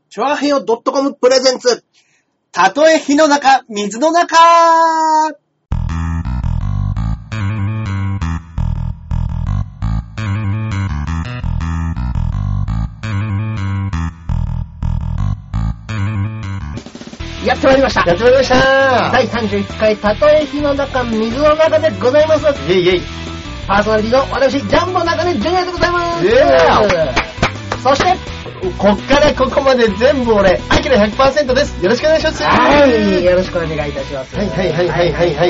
チョアヘヨ .com プレゼンツ。たとえ火の中、水の中。 やってまいりました。 やってまいりました。 第31回たとえ火の中、水の中でございます。 イェイイェイ。 パーソナリティの私、ジャンボ中根ジュニアでございます。そして、 こっからここまで全部俺、アキラ 100% です。よろしくお願いします。 はい、よろしくお願いいたします。 はい。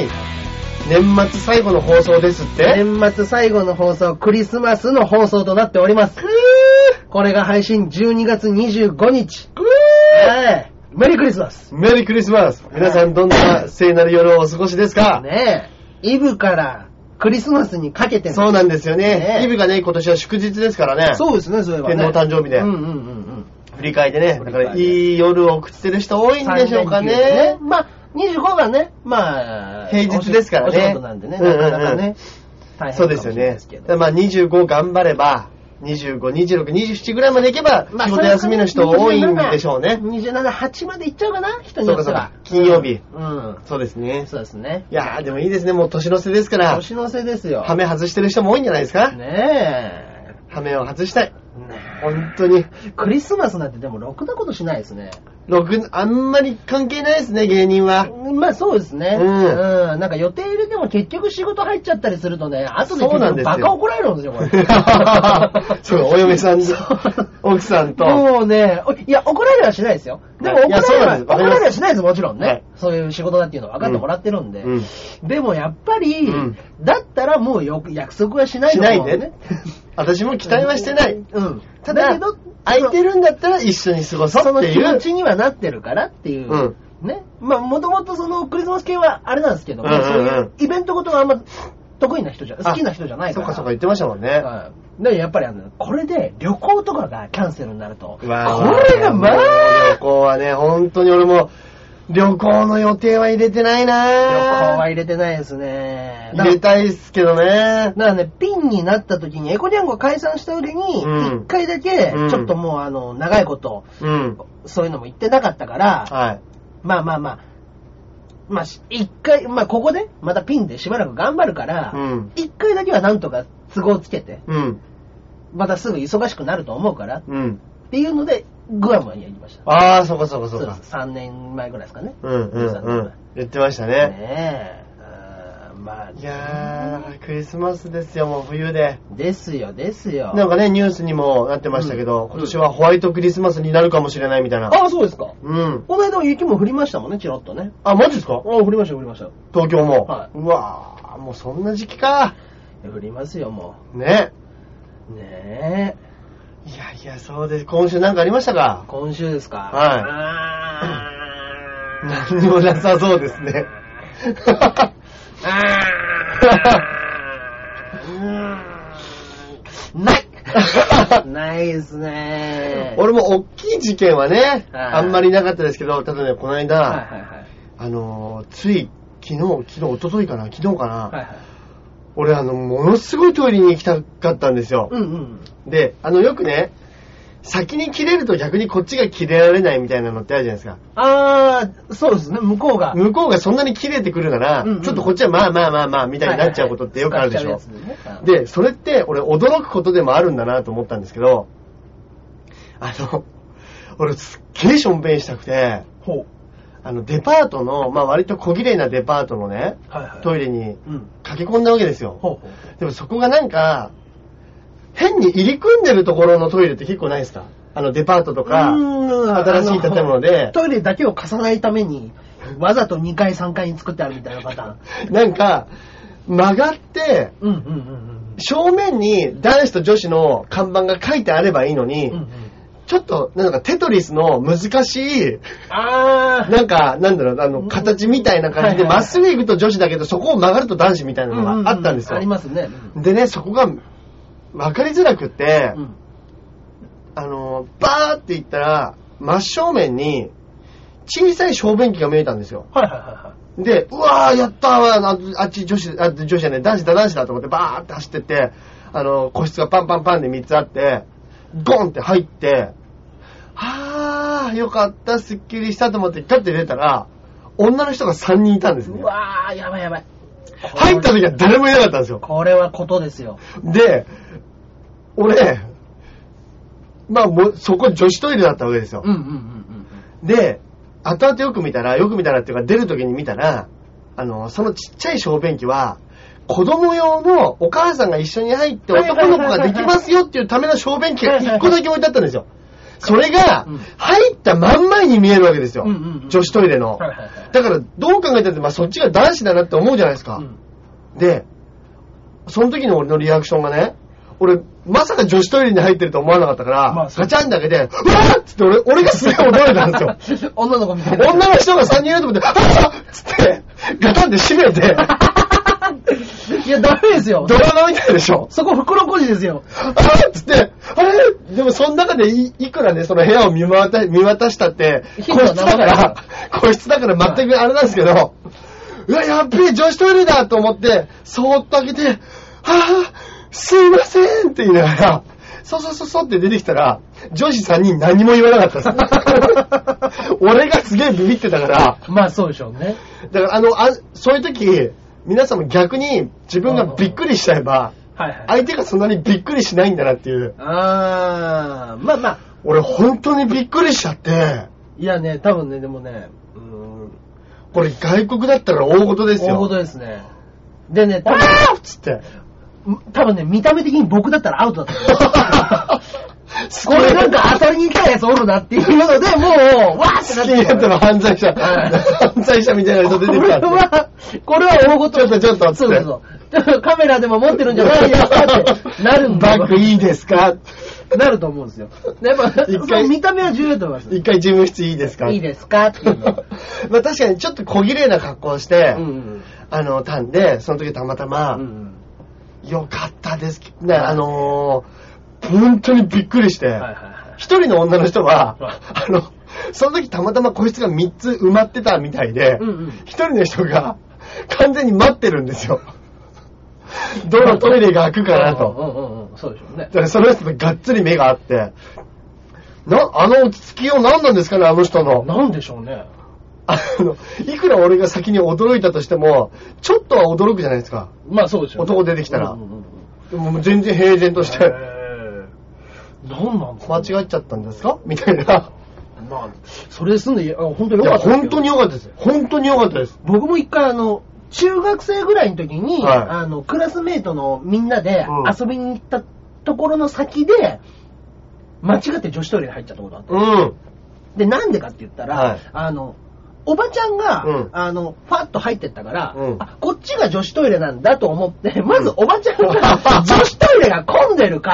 年末最後の放送ですって。 年末最後の放送、クリスマスの放送となっております。これが配信12月25日。メリークリスマス。 メリークリスマス。皆さんどんな聖なる夜をお過ごしですか？ ねえ。イブからクリスマスにかけて。 そうなんですよね。イブがね、今年は祝日ですからね。 そうですね、そういえばね。 天皇誕生日で。振り返ってね。だからいい夜を送ってる人多いんでしょうかね。 まあ、25がね、まあ、 平日ですからね。 お仕事なんでね、なかなかね。大変そうですよね。まあ25頑張れば、25、26、27ぐらいまで行けば、仕事休みの人多いんでしょうね。 27、8まで行っちゃうかな、人によっては。 金曜日。そうですね。 そうですね。 いやー、でもいいですね。もう年の瀬ですから。 年の瀬ですよ。 ハメ外してる人も多いんじゃないですか？ ねえ。 ハメを外したい。本当に。 クリスマスなんてでもろくなことしないですね。 あんまり関係ないですね、芸人は。 まあそうですね。なんか予定入れても結局仕事入っちゃったりするとね、後で結局バカ怒られるんですよ、これ。 そう、お嫁さん、奥さんと。 もうね、いや、怒られはしないですよ。でも怒られはしないです、もちろんね。そういう仕事だっていうのは分かってもらってるんで。でもやっぱり、だったらもう約束はしないと思うね。 私も期待はしてない。 ただけど、 空いてるんだったら一緒に過ごそうっていう。 その気持ちにはなってるからっていう。ね。まあ、もともとそのクリスマス系はあれなんですけども、そういうイベントごとがあんま得意な人じゃ、好きな人じゃないから。 そうか言ってましたもんね。 で、やっぱりこれで旅行とかがキャンセルになると、これがまあ。旅行はね、本当に俺も、旅行の予定は入れてないなぁ。 旅行は入れてないですね。 入れたいっすけどね。 だからね、ピンになった時にエコジャンゴ解散した時に、一回だけ、ちょっともう長いこと、そういうのも言ってなかったから、まあ、一回、まあここで、またピンでしばらく頑張るから、一回だけはなんとか都合つけて、またすぐ忙しくなると思うから、っていうので、グアムにやりました。 ああ、そうか。 3年前ぐらいですかね。 言ってましたね。 ねえ。まあ、 いやー、クリスマスですよ、もう冬で。 ですよ。 なんかね、ニュースにもなってましたけど、今年はホワイトクリスマスになるかもしれないみたいな。 ああ、そうですか。この間雪も降りましたもんね、チロッとね。 あ、マジですか？ 降りました。 東京も。 うわー、もうそんな時期か。 降りますよ、もう。ねえ。 いや、そうです。今週なんかありましたか？ 今週ですか？ 何もなさそうですね。 ないですね。 俺も大きい事件はね、あんまりなかったですけど、ただね、この間、つい昨日、一昨日かな、俺ものすごいトイレに行きたかったんですよ。で、よくね、先に切れると逆にこっちが切れられないみたいなのってあるじゃないですか。 ああ、そうですね、向こうがそんなに切れてくるなら、ちょっとこっちはまあみたいになっちゃうことってよくあるでしょ。で、それって俺驚くことでもあるんだなと思ったんですけど、俺すっげえしょんべんしたくて、デパートの、まあ割と小綺麗なデパートのね、トイレに駆け込んだわけですよ。でもそこがなんか、変に入り組んでるところのトイレって結構ないですか？デパートとか、新しい建物で。 トイレだけを貸さないために、わざと2階3階に作ってあるみたいなパターン。なんか、曲がって、正面に男子と女子の看板が書いてあればいいのに、ちょっと、なんかテトリスの難しい、なんか、形みたいな感じで、まっすぐ行くと女子だけど、そこを曲がると男子みたいなのがあったんですよ。 ありますね。 でね、そこが、わかりづらくって、バーって行ったら、真正面に、小さい小便器が見えたんですよ。で、うわー、やったー、あっち女子じゃねえ、男子だと思ってバーって走ってって、個室がパンパンパンで3つあって、ゴンって入って、よよかった、すっきりしたと思って、キャッて出たら、女の人が3人いたんですね。 うわー、やばいやばい。 入った時は誰もいなかったんですよ。 これはことですよ。 で、俺、まあもう、そこ女子トイレだったわけですよ。で、後々よく見たらっていうか出る時に見たら、そのちっちゃい小便器は、子供用のお母さんが一緒に入って男の子ができますよっていうための小便器が1個だけ置いてあったんですよ。それが、入った真ん前に見えるわけですよ。女子トイレの。だから、どう考えたって、まあそっちが男子だなって思うじゃないですか。で、その時の俺のリアクションがね、俺、まさか女子トイレに入ってると思わなかったから、ガチャンだけで、うわーっつって俺がすげえ驚いたんですよ。 女の子みたいな。 女の人が3人いると思って、あーっつって、ガタンで閉めて、 いや、ダメですよ。 ドラマみたいでしょ。 そこ袋小路ですよ。 あーっつって、あれでもその中でいくらね、その部屋を見渡したって、個室だから全くあれなんですけど、うわ、やっべえ、女子トイレだと思って、そーっと開けて、すいませんって言いながら、そうって出てきたら、女子3人何も言わなかったです。俺がすげえビビってたから。 まあそうでしょうね。 だからそういう時、皆さんも逆に自分がびっくりしちゃえば、相手がそんなにびっくりしないんだなっていう。 まあ。 俺本当にびっくりしちゃって。 いやね、多分ね、でもね、 これ外国だったら大事ですよ。 大事ですね。でね、 多分っつって。 多分ね、見た目的に僕だったらアウトだったこれなんか当たりに来たやつおるなっていうので、もう、わーってなって。 スキンヘッドの犯罪者みたいな人出てきた。 これは大事。 ちょっと。 そう。カメラでも持ってるんじゃないですかってなるんだ。 バッグいいですかなると思うんですよ。やっぱ、見た目は重要だと思います。 一回事務室いいですかいいですかっていうの。 まあ確かにちょっと小綺麗な格好をして、たんで、その時たまたま、よかったですね。本当にびっくりして、一人の女の人は、その時たまたま個室が3つ埋まってたみたいで、一人の人が完全に待ってるんですよ。どのトイレが開くかなと。 そうでしょうね。 だからその人とがっつり目があって、あの落ち着きよう何なんですかね、あの人の。 なんでしょうね。 いくら俺が先に驚いたとしても、ちょっとは驚くじゃないですか。 まあそうでしょうね。 男出てきたら。でも全然平然として。 何なんですか？ 間違っちゃったんですかみたいな。 まあ、それで済んで、本当に良かったです。 本当に良かったです。本当に良かったです。 僕も一回中学生ぐらいの時に、クラスメイトのみんなで遊びに行ったところの先で、間違って女子トイレに入っちゃったことがあった。で、なんでかって言ったら、おばちゃんが、ファッと入ってったから、こっちが女子トイレなんだと思って、まずおばちゃんが女子トイレが混んでるから、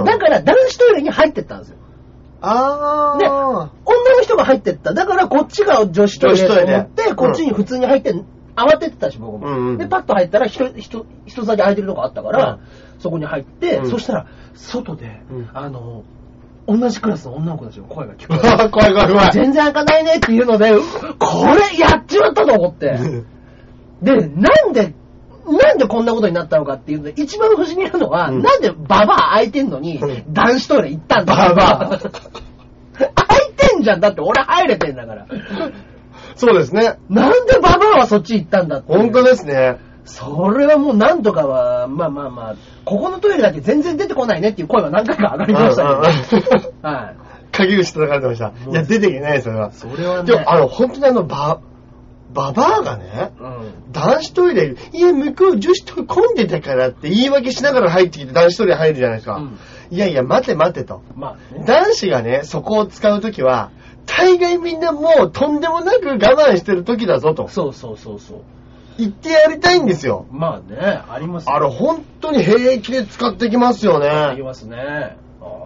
だから男子トイレに入ってったんですよ。で、女の人が入ってった。だからこっちが女子トイレと思って、こっちに普通に入って、慌ててたし、僕も。で、パッと入ったら、一つだけ空いてるとこあったから、そこに入って、そしたら、外で、同じクラスの女の子たちの声が聞こえて。 怖い。 全然開かないねっていうので、これやっちまったと思って。で、なんでこんなことになったのかっていうので、一番不思議なのは、なんでババア空いてんのに、男子トイレ行ったんだババア。空いてんじゃん。だって俺入れてんだから。 そうですね。 なんでババアはそっち行ったんだって。 本当ですね。 それはもうなんとかは、まあ、ここのトイレだけ全然出てこないねっていう声は何回か上がりましたけど。はい。 鍵口叩かれてました。いや、出ていけないそれは。 それはね。 でも、本当にババアがね、男子トイレ、いや、向こう女子トイレ混んでたからって言い訳しながら入ってきて男子トイレ入るじゃないですか。いや、待てと。まあね、男子がね、そこを使うときは、大概みんなもうとんでもなく我慢してるときだぞと。 そう。 言ってやりたいんですよ。 まあね、ありますね。 本当に平気で使ってきますよね。 できますね。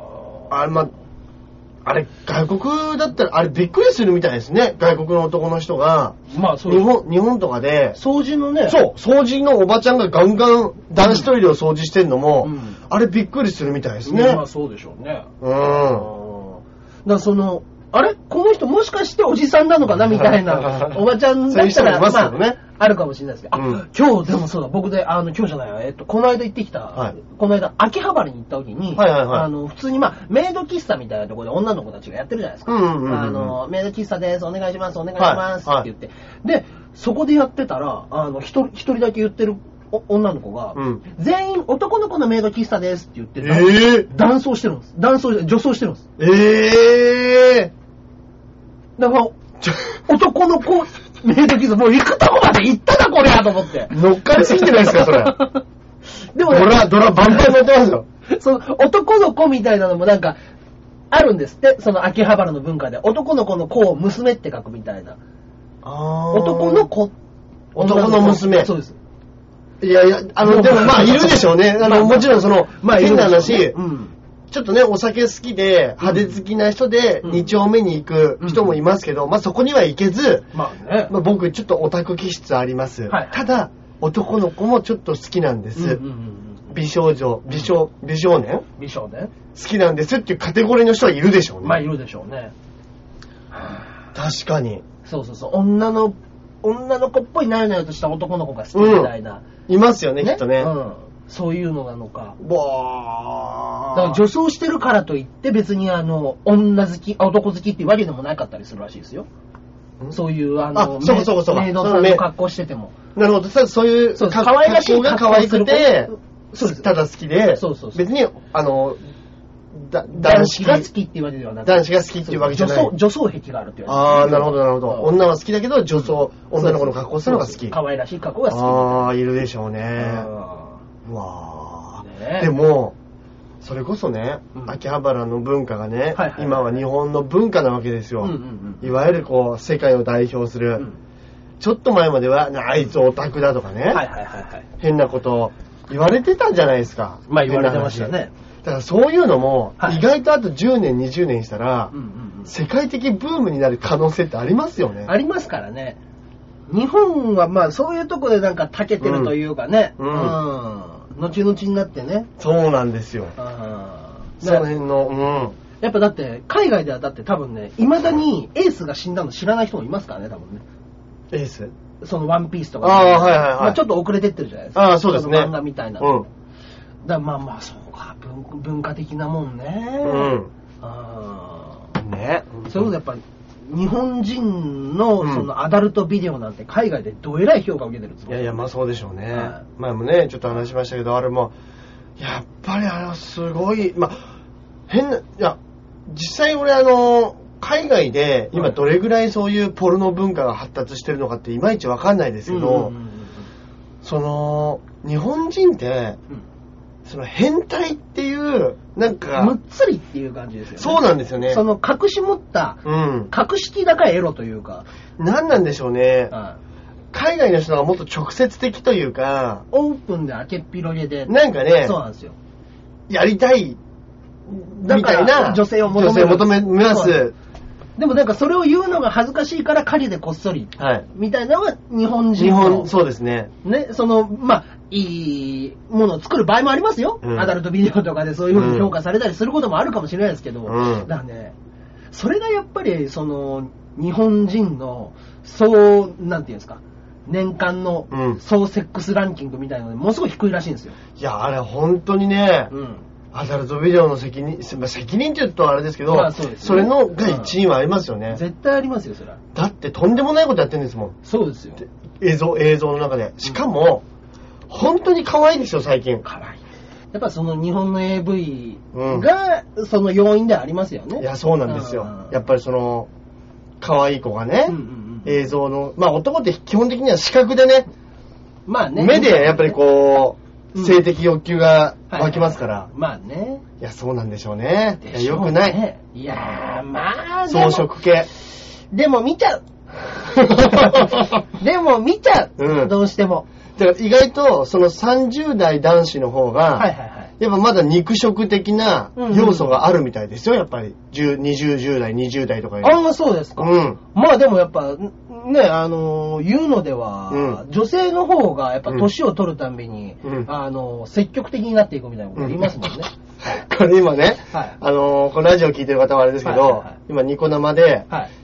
外国だったら、びっくりするみたいですね。外国の男の人が。まあそう日本とかで。 掃除のね。 そう、掃除のおばちゃんがガンガン男子トイレを掃除してんのも、あれびっくりするみたいですね。 まあそうでしょうね。だあれこの人もしかしておじさんなのかなみたいなおばちゃんだったら、 あるかもしれないですけど、今日でもそうだ、僕で、今日じゃないわ、この間行ってきた、この間、秋葉原に行った時に、普通にメイド喫茶みたいなところで女の子たちがやってるじゃないですか。メイド喫茶です、お願いします、お願いします、って言って。で、そこでやってたら、一人だけ言ってる女の子が、全員男の子のメイド喫茶ですって言ってる。男装してるんです。女装してるんです。だから、男の子、メイド喫茶、もう行くとこまで行ったな、これやと思って。 乗っかりすぎてないですか、それ。 でもね、 ドラバンバン乗ってますよ。 その、男の子みたいなのもなんか、あるんですって、その秋葉原の文化で。男の子の子を娘って書くみたいな。男の子。 男の娘。 そうです。 いやいや、でもまあ、いるでしょうね。もちろんその、変な話、ちょっとね、お酒好きで、派手好きな人で、2丁目に行く人もいますけど、まあそこには行けず、僕ちょっとオタク気質あります。ただ、男の子もちょっと好きなんです。美少年好きなんですっていうカテゴリーの人はいるでしょうね。 まあいるでしょうね。 確かに。 そう。女の子っぽいなよなよとした男の子が好きみたいな。 いますよね、きっとね。 そういうのなのか。だから女装してるからといって別に女好き、男好きっていうわけでもなかったりするらしいですよ。そういうそうメイドさんの格好してても。 なるほど。そういう可愛らしい格好が可愛くて、ただ好きで、別に男子が好きっていうわけではなくて。 男子が好きっていうわけじゃない。 女装癖があるって言われて。 なるほど。女は好きだけど、女の子の格好するのが好き。 可愛らしい格好が好き。いるでしょうね。うわー。でも、それこそね、秋葉原の文化がね、今は日本の文化なわけですよ。いわゆるこう、世界を代表する。ちょっと前までは、あいつオタクだとかね、変なこと言われてたんじゃないですか。 まあ言われてましたね。 だからそういうのも、意外とあと10年、20年したら、世界的ブームになる可能性ってありますよね。 ありますからね。日本はまあそういうとこでなんか長けてるというかね。後々になってね。 そうなんですよ。その辺の、 やっぱだって、海外ではだって多分ね、未だにエースが死んだの知らない人もいますからね、多分ね。 エース？ そのワンピースとか。ちょっと遅れてってるじゃないですか。 そうですね。 漫画みたいな。まあそうか、文化的なもんね。 ね。 そういうことやっぱり、日本人のそのアダルトビデオなんて海外でどえらい評価を受けてるんですよ。いやまあそうでしょうね。前もね、ちょっと話しましたけど、あれも、やっぱりあれはすごい、まあ、実際俺海外で今どれぐらいそういうポルノ文化が発達してるのかっていまいちわかんないですけど、その、日本人って、その変態っていう、なんか。 むっつりっていう感じですよね。 そうなんですよね。 その隠し持った、隠しきだからエロというか。 何なんでしょうね。海外の人がもっと直接的というか。 オープンで開けっ広げで。 なんかね。 そうなんですよ。 やりたい。みたいな。 女性を求めます。でもなんかそれを言うのが恥ずかしいから狩りでこっそり。みたいなのが日本人の。 そうですね。 ね、まあ、いいものを作る場合もありますよ。アダルトビデオとかでそういう風に評価されたりすることもあるかもしれないですけど。だからね、それがやっぱり日本人の、なんていうんですか。年間の総セックスランキングみたいなのでものすごい低いらしいんですよ。いや、あれ本当にね、アダルトビデオの責任って言うとあれですけど、それのが1位はありますよね。 絶対ありますよ、それは。 だってとんでもないことやってるんですもん。 そうですよ。 映像の中で。しかも、本当に可愛いですよ、最近。 可愛い。やっぱその日本の AV がその要因ではありますよね。 いや、そうなんですよ。やっぱり可愛い子がね、映像の、まあ男って基本的には視覚でね、 まあね。 目でやっぱり性的欲求が湧きますから。 まあね。 いや、そうなんでしょうね。いや、よくない。 いやまあ装飾系。 でも見ちゃう。どうしても。 だから意外とその30代男子の方が、やっぱまだ肉食的な要素があるみたいですよ、やっぱり。10代、20代とかより。 ああ、そうですか。まあでもやっぱ、ね、言うのでは、女性の方がやっぱ年を取るたんびに、積極的になっていくみたいなこと言いますもんね。 これ今ね、このラジオ聞いてる方はあれですけど、今ニコ生で、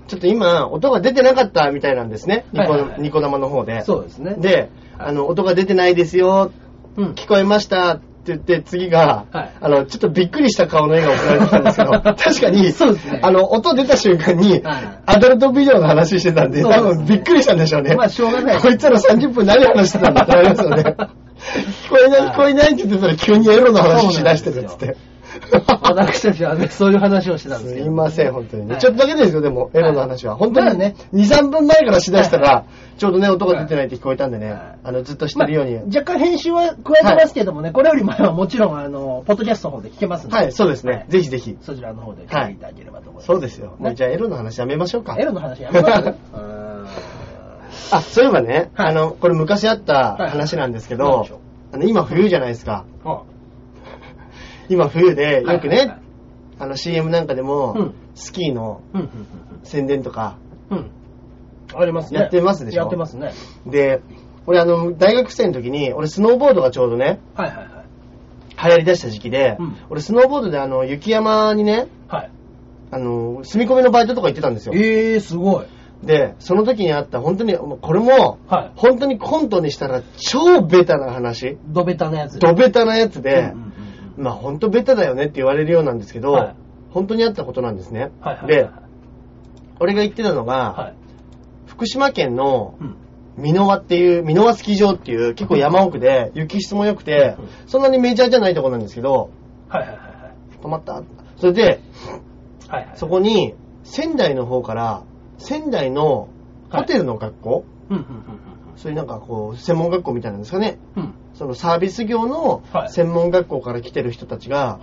ちょっと今、音が出てなかったみたいなんですね。ニコ生の方で。 そうですね。 で、音が出てないですよ、聞こえましたって言って、次が、ちょっとびっくりした顔の絵が送られてきたんですけど、確かに、そうですね。音出た瞬間に、アダルトビデオの話してたんで、多分びっくりしたんでしょうね。 まあ、しょうがない。 こいつら30分何話してたんだってなりますよね。聞こえないって言ってたら急にエロの話しだしてるっつって。 私たちはね、そういう話をしてたんですけど。 すいません、本当にね。ちょっとだけですよ、でも、エロの話は。本当にね、2、3分前からしだしたら、ちょうどね、音が出てないって聞こえたんでね、ずっとしてるように。 若干編集は加えてますけどもね、これより前はもちろん、ポッドキャストの方で聞けますんで。 はい、そうですね。ぜひぜひ。 そちらの方で聞いていただければと思います。 そうですよ。じゃあ、エロの話やめましょうか。 エロの話やめますあ、そういえばね、これ昔あった話なんですけど、今冬じゃないですか。今冬で、よくね、CM なんかでも、スキーの宣伝とか、 ありますね。 やってますでしょ。 やってますね。 で、俺大学生の時に、俺スノーボードがちょうどね、流行り出した時期で、俺スノーボードで雪山にね、住み込みのバイトとか行ってたんですよ。 すごい。 で、その時にあった、本当に、これも、本当にコントにしたら超ベタな話。 ドベタなやつ。 ドベタなやつで、まあ本当ベタだよねって言われるようなんですけど、本当にあったことなんですね。で、俺が言ってたのが、福島県の美濃輪っていう、美濃輪スキー場っていう結構山奥で雪質も良くて、そんなにメジャーじゃないところなんですけど、止まった。それで、そこに仙台の方から仙台のホテルの学校、そういうなんかこう専門学校みたいなんですかね、そのサービス業の専門学校から来てる人たちが、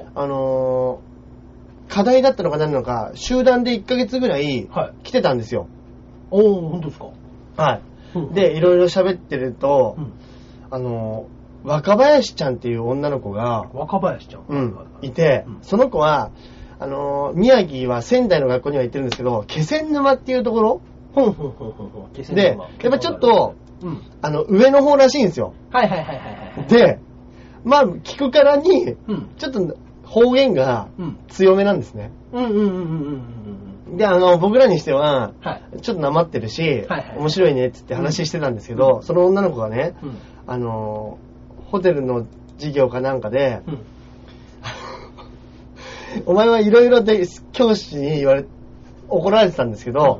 課題だったのか何なのか集団で1ヶ月ぐらい来てたんですよ。 本当ですか。 はい。で、いろいろ喋ってると、若林ちゃんっていう女の子が、 若林ちゃんいて、その子は、宮城は仙台の学校には行ってるんですけど、気仙沼っていうところで、やっぱちょっと、上の方らしいんですよ。で、まあ、聞くからに、ちょっと方言が強めなんですね。で、僕らにしては、ちょっとなまってるし、面白いねって話してたんですけど、その女の子がね、ホテルの授業かなんかで、お前はいろいろで教師に怒られてたんですけど、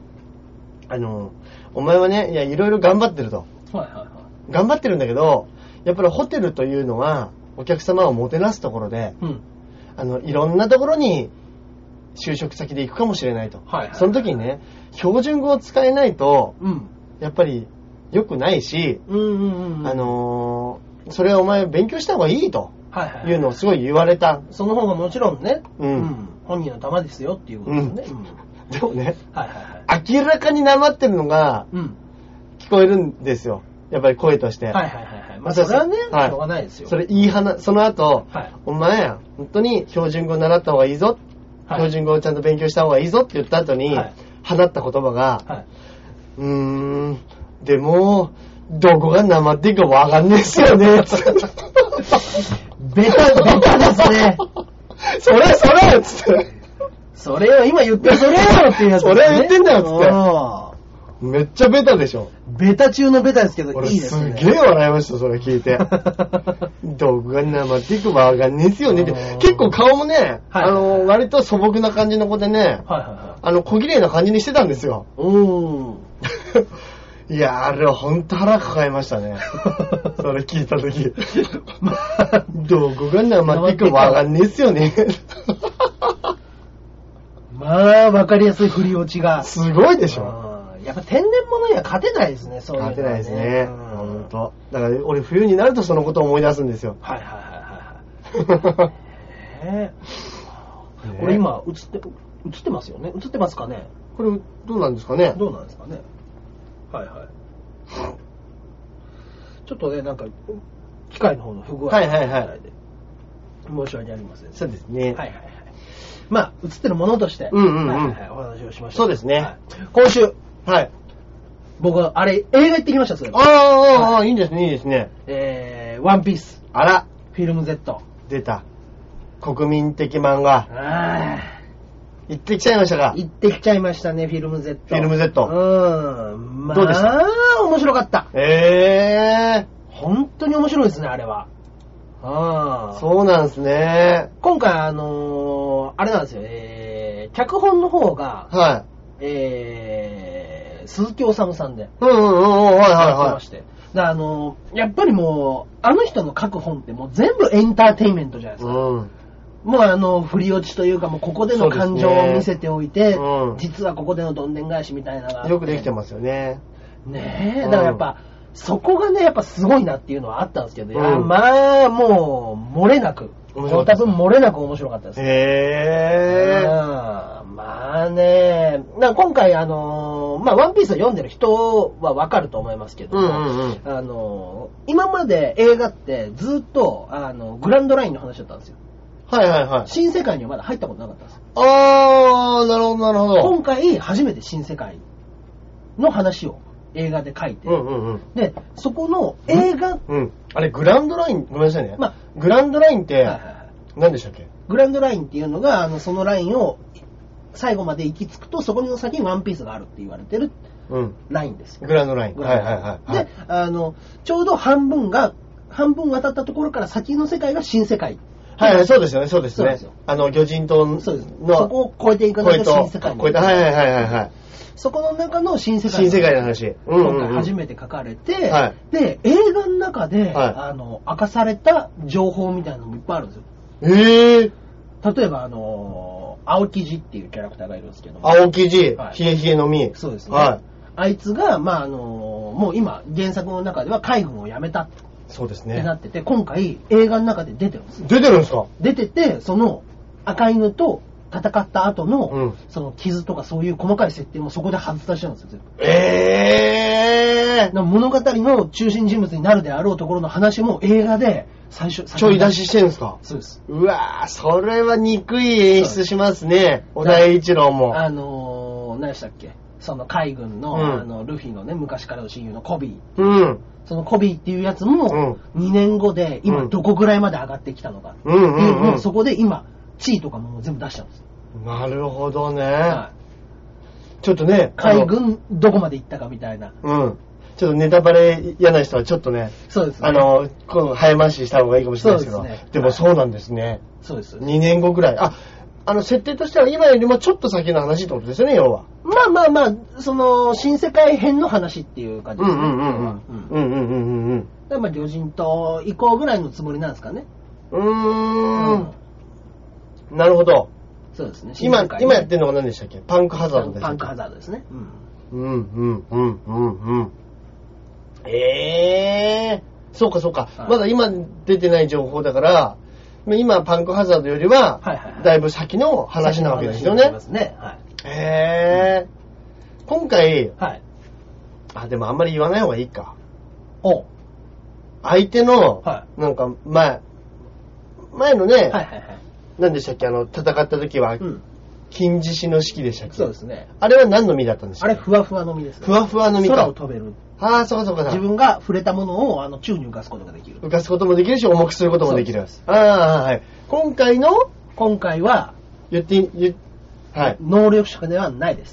お前はね、いや、いろいろ頑張ってると。頑張ってるんだけど、やっぱりホテルというのは、お客様をもてなすところで、いろんなところに就職先で行くかもしれないと。その時にね、標準語を使えないと、やっぱり良くないし、それはお前勉強した方がいいと。いうのをすごい言われた。 その方がもちろんね、本人の玉ですよっていうことですね。 でもね、明らかになまってるのが聞こえるんですよ。やっぱり声として。 まあそれはね、しょうがないですよ。 それその後、お前、本当に標準語習った方がいいぞ。標準語をちゃんと勉強した方がいいぞって言った後に、放った言葉が、でも、どこがなまっていいかわかんねえっすよね。 ベタですね。 それっつって。 それよ、今言ってそれよっていうやつ、 それ言ってんだよっつって。めっちゃベタでしょ。 ベタ中のベタですけど、いいですね。 すげえ笑いました、それ聞いて。どこがなまっていくかわかんねえっすよねって。結構顔もね、割と素朴な感じの子でね、小綺麗な感じにしてたんですよ。いや、あれはほんと腹抱えましたね。それ聞いたとき。どこがなまっていくかわかんねえっすよね。 まあ、わかりやすい振り落ちが。 すごいでしょ。 やっぱ天然物には勝てないですね、そういうの、ね。 勝てないですね。ほんと。だから俺冬になるとそのことを思い出すんですよ。 これ今映ってますよね。映ってますかね。 これどうなんですかね。 どうなんですかね。ちょっとね、なんか機械の方の不具合があったみで申し訳ありません。 そうですね。 まあ映ってるものとしてお話をしました。 そうですね。 今週僕はあれ映画行ってきました。それいいんですね、いいですね。 ワンピース。 あら、 フィルム Z 出た。国民的漫画。 行ってきちゃいましたか？ 行ってきちゃいましたね、フィルム Z。 フィルム Z。 まあ、 どうでした？ 面白かった。本当に面白いですね、あれは。 そうなんですね。 今回あれなんですよ、脚本の方が、 はい。 鈴木おさむさんで。 はいはい。 やっぱりもう、あの人の書く本ってもう全部エンターテインメントじゃないですか。もう振り落ちというか、もうここでの感情を見せておいて、実はここでのどんでん返しみたいなのが。 よくできてますよね。 ねえ、だからやっぱ、そこがね、やっぱすごいなっていうのはあったんですけど、まあ、もう、漏れなく。多分漏れなく面白かったです。まあね、今回ワンピースを読んでる人はわかると思いますけども、今まで映画ってずっと、グランドラインの話だったんですよ。 はいはいはい。 新世界にはまだ入ったことなかったんですよ。 なるほどなるほど。 今回初めて新世界の話を映画で書いて、で、そこの映画、 あれグランドライン、ごめんなさいね。グランドラインって、何でしたっけ？ グランドラインっていうのが、そのラインを最後まで行き着くと、そこの先にワンピースがあるって言われてるラインです。 グランドライン。はいはいはい。 で、ちょうど半分渡ったところから先の世界が新世界。 はいはい、そうですよね、そうですね。魚人島の、 そこを越えていかないと新世界に。 はいはいはい。 そこの中の新世界の話。 今回初めて書かれて、で、映画の中で、明かされた情報みたいなのもいっぱいあるんですよ。例えば、青木地っていうキャラクターがいるんですけども。 青木地、冷え冷えの実。 そうですね。あいつが、もう今、原作の中では海軍を辞めた。 そうですね。 ってなってて、今回映画の中で出てるんですよ。 出てるんですか？ 出てて、その赤犬と戦った後の、その傷とかそういう細かい設定もそこで外させちゃうんですよ、全部。物語の中心人物になるであろうところの話も映画で最初ちょい出ししてるんですか？ そうです。 うわー、それは憎い演出しますね。小田栄一郎も。 何でしたっけ？その海軍の、ルフィのね、昔からの親友のコビー。そのコビーっていうやつも、2年後で今どこぐらいまで上がってきたのかっていうのを、そこで今、地位とかも全部出しちゃうんです。 なるほどね。ちょっとね、 海軍どこまで行ったかみたいな。 ちょっとネタバレ嫌な人はちょっとね、 そうですね。 早回しした方がいいかもしれないですけど、でもそうなんですね。 そうです。 2年後ぐらい。設定としては今よりもちょっと先の話ってことですよね、要は。 まあ、その、新世界編の話っていう感じですね。魚人島移行ぐらいのつもりなんですかね。 なるほど。 そうですね。 今やってるのが何でしたっけ？パンクハザードです。 パンクハザードですね。 そうかそうか。まだ今出てない情報だから、今パンクハザードよりは、だいぶ先の話なわけですよね。今回、でもあんまり言わない方がいいか。相手の、なんか前のね、何でしたっけ、戦った時は、金獅子の式でしたっけ？ そうですね。 あれは何の実だったんですか？ あれ、ふわふわの実ですね。 ふわふわの実か。 空を飛べる。 そうかそうか。 自分が触れたものを宙に浮かすことができる。 浮かすこともできるし、重くすることもできる。今回は、 能力者ではないです。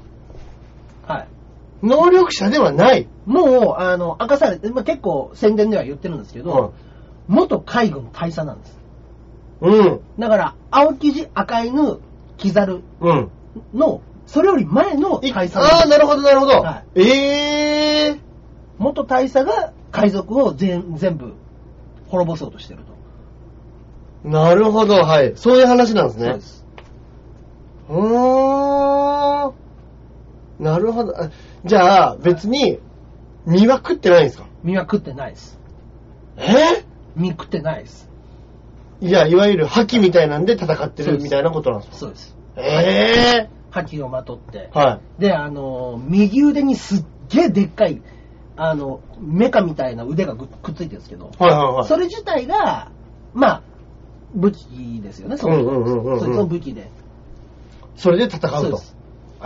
能力者ではない。 もう、明かされて、結構宣伝では言ってるんですけど、元海軍大佐なんです。だから、青生地、赤犬、キザルの、それより前の大佐なんです。 なるほど、なるほど。 元大佐が海賊を全部滅ぼそうとしてると。 なるほど、そういう話なんですね。そうです。なるほど。じゃあ、別に、身は食ってないんですか？ 身は食ってないです。身食ってないです。 いや、いわゆる覇気みたいなんで戦ってるみたいなことなんですか？ そうです。覇気をまとって。で、右腕にすっげえでっかい、メカみたいな腕がくっついてるんですけど、それ自体が、武器ですよね、そいつの武器で。 それで戦うと。そうです。 だ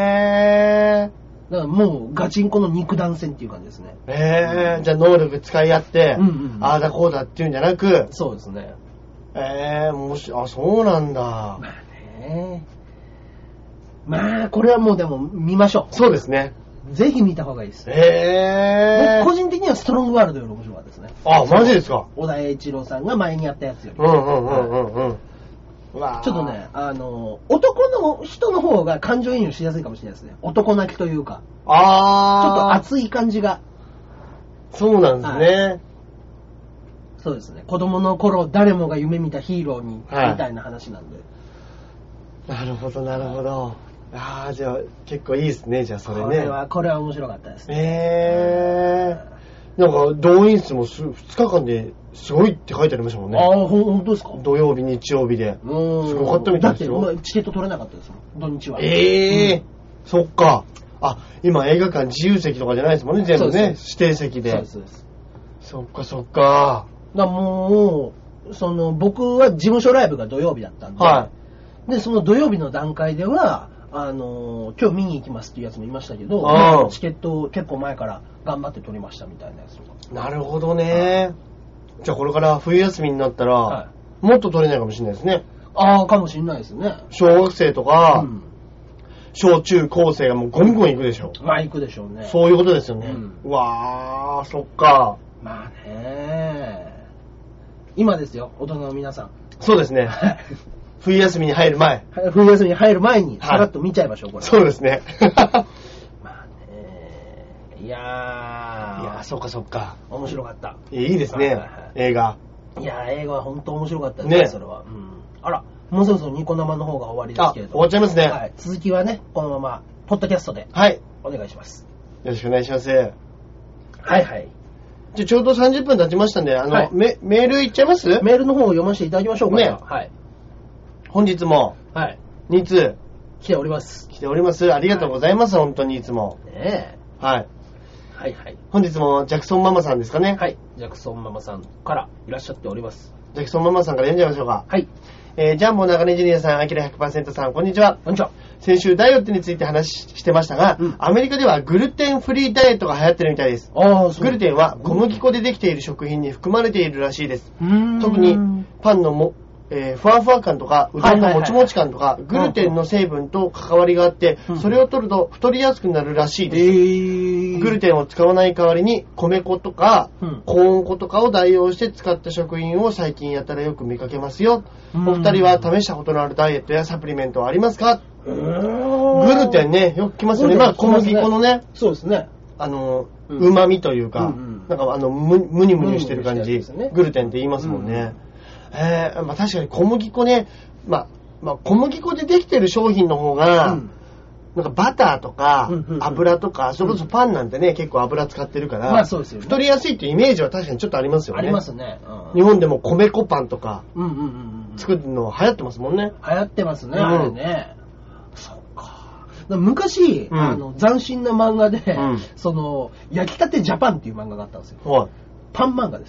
からもうガチンコの肉弾戦っていう感じですね。 じゃあ能力使い合って、ああだこうだっていうんじゃなく。 そうですね。 そうなんだ。 まあ、これはもうでも見ましょう。 そうですね。 ぜひ見た方がいいです。個人的にはストロングワールドより面白かったですね。 あ、マジですか。 小田栄一郎さんが前にやったやつより。 ちょっとね、男の人の方が感情移入しやすいかもしれないですね。男泣きというか。ちょっと熱い感じが。 そうなんですね。 そうですね。子供の頃誰もが夢見たヒーローに、みたいな話なんで。 なるほど、なるほど。ああ、じゃあ結構いいですね、じゃあそれね。 これは面白かったですね。 なんか動員数も2日間ですごいって書いてありましたもんね。 ああ、本当ですか。 土曜日、日曜日で。すごかったみたいですよ。 だってチケット取れなかったですもん、土日は。 そっか。あ、今映画館自由席とかじゃないですもんね、全部ね。指定席で。 そうです。 そっかそっか。 もう、僕は事務所ライブが土曜日だったんで、で、その土曜日の段階では、今日見に行きますっていうやつもいましたけど、チケットを結構前から頑張って取りましたみたいなやつとか。 なるほどね。じゃあこれから冬休みになったら、もっと取れないかもしれないですね。 ああ、かもしれないですね。 小学生とか、小中高生がもうゴンゴン行くでしょ。 まあ行くでしょうね。 そういうことですよね。うわー、そっか。 まあね。今ですよ、大人の皆さん。 そうですね。冬休みに入る前。 冬休みに入る前に、さらっと見ちゃいましょう、これ。 そうですね。 まあね。いやー、 そっかそっか。 面白かった。 いいですね、映画。 いやー、映画は本当面白かったですね、それは。あら、もうそろそろニコ生の方が終わりですけれども。 終わっちゃいますね。 続きはね、このまま、ポッドキャストで。お願いします。 よろしくお願いします。 はいはい。 じゃあちょうど30分経ちましたんで、メールいっちゃいます？ メールの方を読ませていただきましょうか。ね。はい。 本日も、2通来ております。 ありがとうございます、本当にいつも。はい。本日もジャクソンママさんですかね。 ジャクソンママさんからいらっしゃっております。 ジャクソンママさんから読んじゃいましょうか。ジャンボ中根ジュニアさん、アキラ 100% さん、こんにちは。 こんにちは。 先週ダイエットについて話してましたが、アメリカではグルテンフリーダイエットが流行ってるみたいです。グルテンは小麦粉でできている食品に含まれているらしいです。特にパンのふわふわ感とかうどんのもちもち感とかグルテンの成分と関わりがあって、それを取ると太りやすくなるらしいです。グルテンを使わない代わりに米粉とかコーン粉とかを代用して使った食品を最近やたらよく見かけますよ。お二人は試したことのあるダイエットやサプリメントはありますか？グルテンね、よく来ますよね。まあ小麦粉のね、 そうですね。 旨味というか、なんかムニムニしてる感じ、グルテンって言いますもんね。まあ確かに小麦粉ね、まあ小麦粉でできてる商品の方が、なんかバターとか油とか、それこそパンなんてね、結構油使ってるから、 まあそうですよね。 太りやすいっていうイメージは確かにちょっとありますよね。 ありますね。 日本でも米粉パンとか、作るの流行ってますもんね。 流行ってますね、あれね。そっか。昔、斬新な漫画で、焼きたてジャパンっていう漫画があったんですよ。パン漫画です。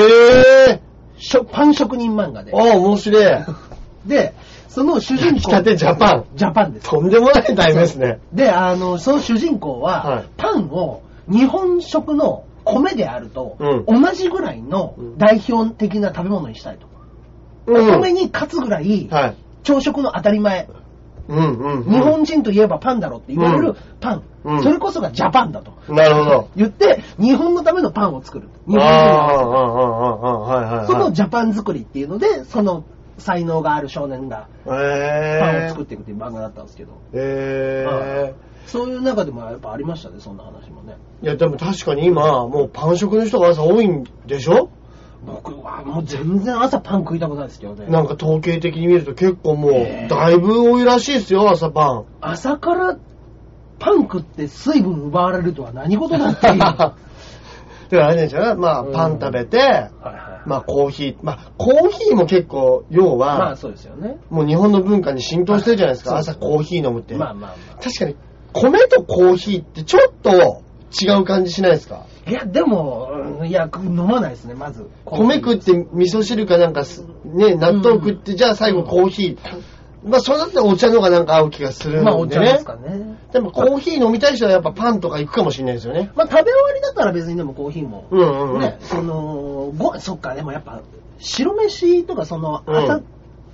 パン職人漫画で。 面白い。 で、その主人公。 焼きたてジャパン。 ジャパンです。 とんでもない題名ですね。 で、その主人公は、パンを日本食の米であると、同じぐらいの代表的な食べ物にしたいと。お米に勝つぐらい、朝食の当たり前。日本人といえばパンだろって言われるパン。それこそがジャパンだと。 なるほど。 言って、日本のためのパンを作る。日本人の。そのジャパン作りっていうので、その才能がある少年が、パンを作っていくっていう漫画だったんですけど。そういう中でもやっぱありましたね、そんな話もね。 いや、でも確かに今、もうパン食の人が朝多いんでしょ？ 僕はもう全然朝パン食いたくないですけどね。 なんか統計的に見ると結構もうだいぶ多いらしいですよ、朝パン。 朝からパン食って水分奪われるとは何事だっていう。だからあれじゃん、まあパン食べて、まあコーヒー、まあコーヒーも結構要は、 まあそうですよね。 もう日本の文化に浸透してるじゃないですか、朝コーヒー飲むって。確かに米とコーヒーってちょっと違う感じしないですか？ いや、でも、飲まないですね、まず。 米食って味噌汁かなんか、ね、納豆食って、じゃあ最後コーヒー。まあ、それだったらお茶の方がなんか合う気がするんでね。 まあ、お茶ですかね。 でも、コーヒー飲みたい人はやっぱパンとか行くかもしれないですよね。 まあ、食べ終わりだったら別にでもコーヒーも。ね、そっか、でもやっぱ、白飯とか朝、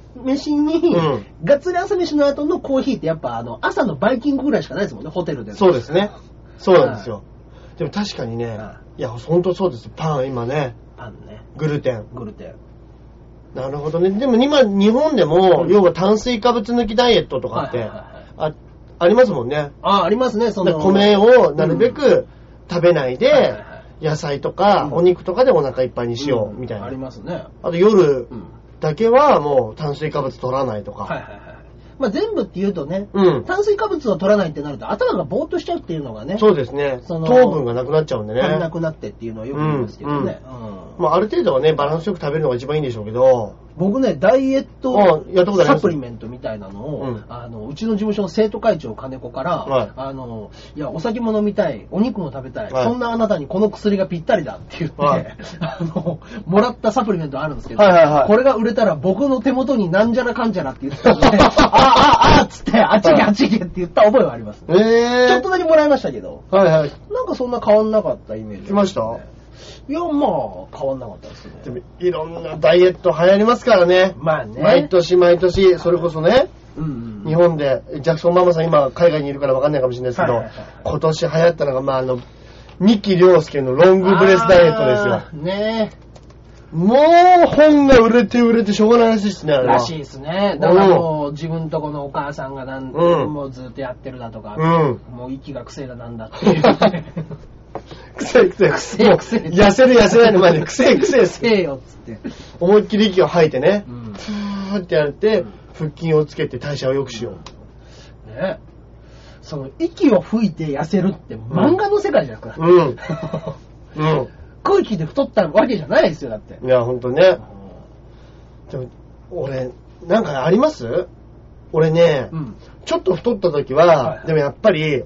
飯に、がっつり朝飯の後のコーヒーってやっぱ朝のバイキングぐらいしかないですもんね、ホテルで。 そうですね。そうなんですよ。でも確かにね、いや、ほんとそうです。パン今ね。 パンね。 グルテン。 グルテン。 なるほどね。でも今、日本でも、要は炭水化物抜きダイエットとかって、ありますもんね。 ありますね、 米をなるべく食べないで、野菜とか、お肉とかでお腹いっぱいにしよう、みたいな。 ありますね。 あと夜だけはもう炭水化物取らないとか。 まあ全部って言うとね、炭水化物を取らないってなると頭がぼーっとしちゃうっていうのがね。 そうですね。糖分がなくなっちゃうんでね。 足りなくなってっていうのはよく言いますけどね。 まあある程度はね、バランスよく食べるのが一番いいんでしょうけど。 僕ね、ダイエットサプリメントみたいなのを、うちの事務所の生徒会長金子から、いや、お酒も飲みたい、お肉も食べたい、そんなあなたにこの薬がぴったりだって言って、もらったサプリメントあるんですけど、これが売れたら僕の手元になんじゃらかんじゃらって言ってたので、っつって、あっち行けあっち行けって言った覚えはあります。ちょっとだけもらいましたけど、なんかそんな変わんなかったイメージ。 来ました？ いや、まあ、変わんなかったですね。 でも、いろんなダイエット流行りますからね。 まあね。 毎年毎年、それこそね、日本で、ジャクソンママさん今海外にいるから分かんないかもしれないですけど、今年流行ったのが、まあ三木亮介のロングブレスダイエットですよ。 ねもう本が売れてしょうがないらしいですね、あれは。 らしいですね。だからもう自分とこのお母さんがもうずっとやってるだとか、もう息が癖だなんだっていう。 癖。痩せる痩せないの前で癖です。 癖よっつって。 思いっきり息を吐いてね、ふーってやって、腹筋をつけて代謝を良くしよう。 ね。その息を吹いて痩せるって漫画の世界じゃないですか。空気で太ったわけじゃないですよ、だって。 いや、ほんとね。でも、俺、なんかあります？俺ね、ちょっと太った時は、でもやっぱり、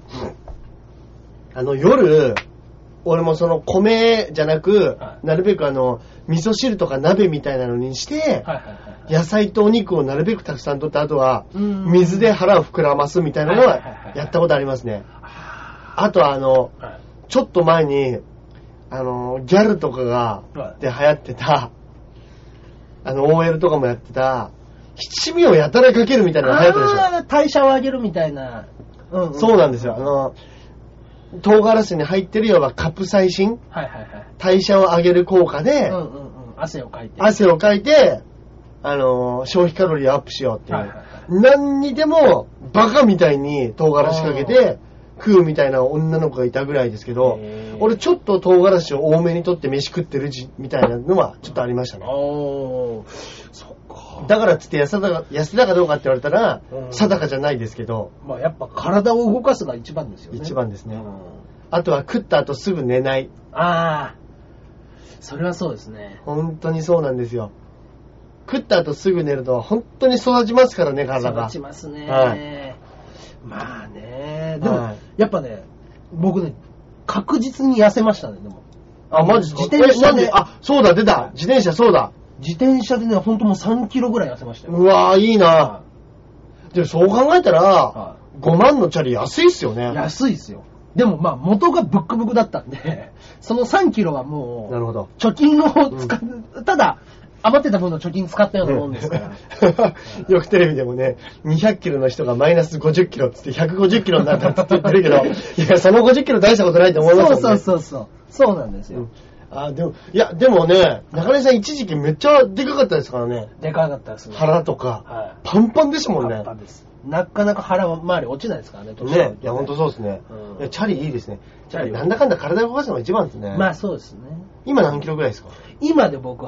夜、俺もその米じゃなく、なるべく味噌汁とか鍋みたいなのにして、野菜とお肉をなるべくたくさん取って、あとは水で腹を膨らますみたいなのはやったことありますね。あとちょっと前に、ギャルとかが、で流行ってた、OL とかもやってた、七味をやたらかけるみたいなのが流行ったでしょ。 代謝を上げるみたいな。 そうなんですよ。唐辛子に入ってるようなカプサイシン、代謝を上げる効果で、 汗をかいて、 消費カロリーをアップしようっていう。何にでもバカみたいに唐辛子かけて食うみたいな女の子がいたぐらいですけど、俺ちょっと唐辛子を多めに取って飯食ってるみたいなのはちょっとありましたね。 そっか。 だからっつって痩せたかどうかって言われたら、定かじゃないですけど。 まあやっぱ体を動かすが一番ですよね。 一番ですね。あとは食った後すぐ寝ない。 それはそうですね。 本当にそうなんですよ。食った後すぐ寝ると本当に育ちますからね、体が。 育ちますね。まあね。でも、やっぱね、僕ね、確実に痩せましたね、でも。 マジ自転車で。そうだ、出た。自転車、そうだ。 自転車でね、ほんともう3キロぐらい痩せましたよ。 うわー、いいな。でもそう考えたら、5万のチャリ安いっすよね。 安いっすよ。でもまあ元がブックブクだったんで、その3キロはもう、 なるほど。 貯金をただ、余ってた分の貯金使ったようなもんですから。 よくテレビでもね、200キロの人がマイナス50キロっつって150キロになったって言ってるけど、いや、その50キロ大したことないと思いますよね。 そうなんですよ。 でもね、中根さん一時期めっちゃでかかったですからね。 でかかったですね。 腹とか、パンパンでしたもんね。 パンパンです。なかなか腹周り落ちないですからね。 ね、いや、ほんとそうですね。チャリいいですね。チャリなんだかんだ体動かすのが一番ですね。 まあそうですね。 今何キロぐらいですか？ 今で僕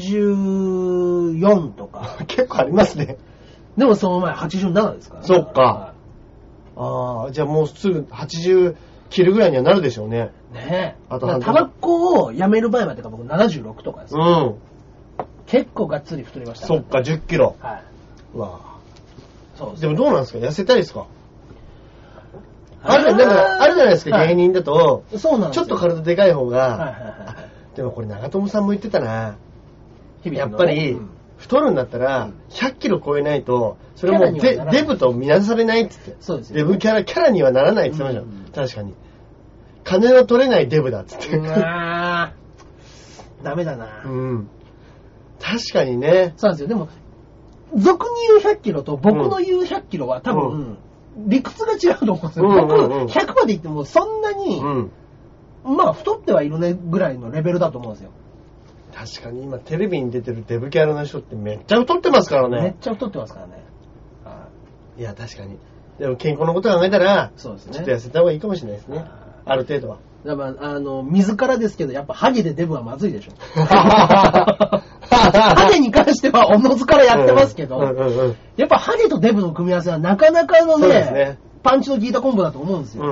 84とか。 結構ありますね。 でもその前87ですからね。 そっか。じゃあもうすぐ80切るぐらいにはなるでしょうね。 ねえ。あとタバコをやめる前までが僕76とかです。結構がっつり太りました。 そっか、10キロ。うわでもどうなんですか？痩せたいですか？あるじゃないですか、芸人だと。 そうなんですよ。 ちょっと体でかい方が。でもこれ長友さんも言ってたな。やっぱり、太るんだったら、100キロ超えないと、それもデブと見なされないって言って。 そうですよ。 デブキャラにはならないって言ってました。確かに。金の取れないデブだって言って。 ダメだな。 確かにね。 そうなんですよ。でも、 俗に言う100キロと僕の言う100キロは多分、理屈が違うと思うんですよ。僕、100まで言ってもそんなに、まあ、太ってはいるねぐらいのレベルだと思うんですよ。 確かに今テレビに出てるデブキャラの人ってめっちゃ太ってますからね。 めっちゃ太ってますからね。 いや、確かに。でも健康のことを考えたら、 そうですね。 ちょっと痩せた方がいいかもしれないですね。ある程度は。 まあ、自らですけど、やっぱハゲでデブはまずいでしょ。ハゲに関してはおのずからやってますけど、やっぱハゲとデブの組み合わせはなかなかのね、パンチの効いたコンボだと思うんですよ。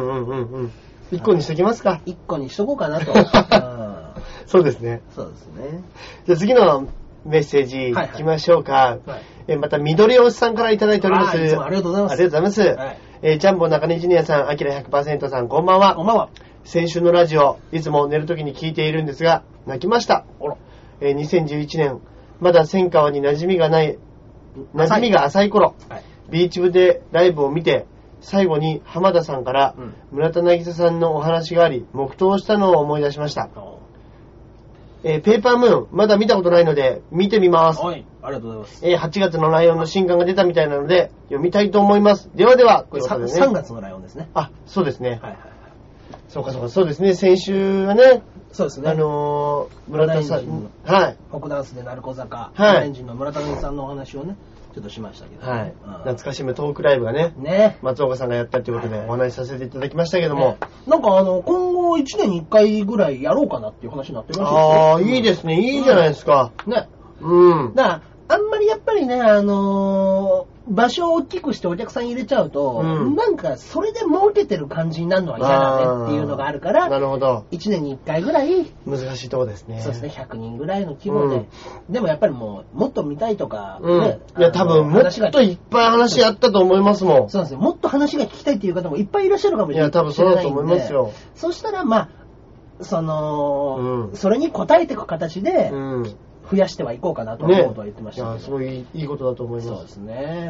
1個にしときますか。 1個にしとこうかなと。 そうですね。 そうですね。 じゃあ次のメッセージいきましょうか。また、緑おっさんからいただいております。 いつもありがとうございます。 ありがとうございます。ジャンボ中根ジュニアさん、アキラ 100% さん、こんばんは。 こんばんは。 先週のラジオ、いつも寝るときに聞いているんですが、泣きました。2011年、まだ千川に馴染みが浅い頃、ビーチ部でライブを見て、最後に浜田さんから村田渚さんのお話があり、黙祷したのを思い出しました。ペーパームーン、まだ見たことないので、見てみます。 はい、ありがとうございます。 8月のライオンの新刊が出たみたいなので、読みたいと思います。ではでは、 これ3月のライオンですね。 あ、そうですね。そうか、そうですね。先週はね、 そうですね。 村田さん、はい。 北ダンスで鳴子坂、はい。エンジンの村田さんのお話をね、ちょっとしましたけど、 はい。懐かしむトークライブがね、松岡さんがやったということでお話しさせていただきましたけども、 なんか今後1年に1回ぐらいやろうかなっていう話になってるらしいですよ。 ああ、いいですね。いいじゃないですか。 ね。だからあんまりやっぱりね、場所を大きくしてお客さん入れちゃうと、なんかそれで儲けてる感じになるのは嫌だねっていうのがあるから、 なるほど。 1年に1回ぐらい、 難しいとこですね。 そうですね、100人ぐらいの規模で。でもやっぱりもっと見たいとか、 ね。いや、多分もっといっぱい話あったと思いますもん。 そうですね、もっと話が聞きたいっていう方もいっぱいいらっしゃるかもしれない。 いや、多分そうだと思いますよ。 そしたら、まあ、それに応えていく形で、増やしてはいこうかなと思うことは言ってましたけど、 いや、すごいいいことだと思います。 そうですね。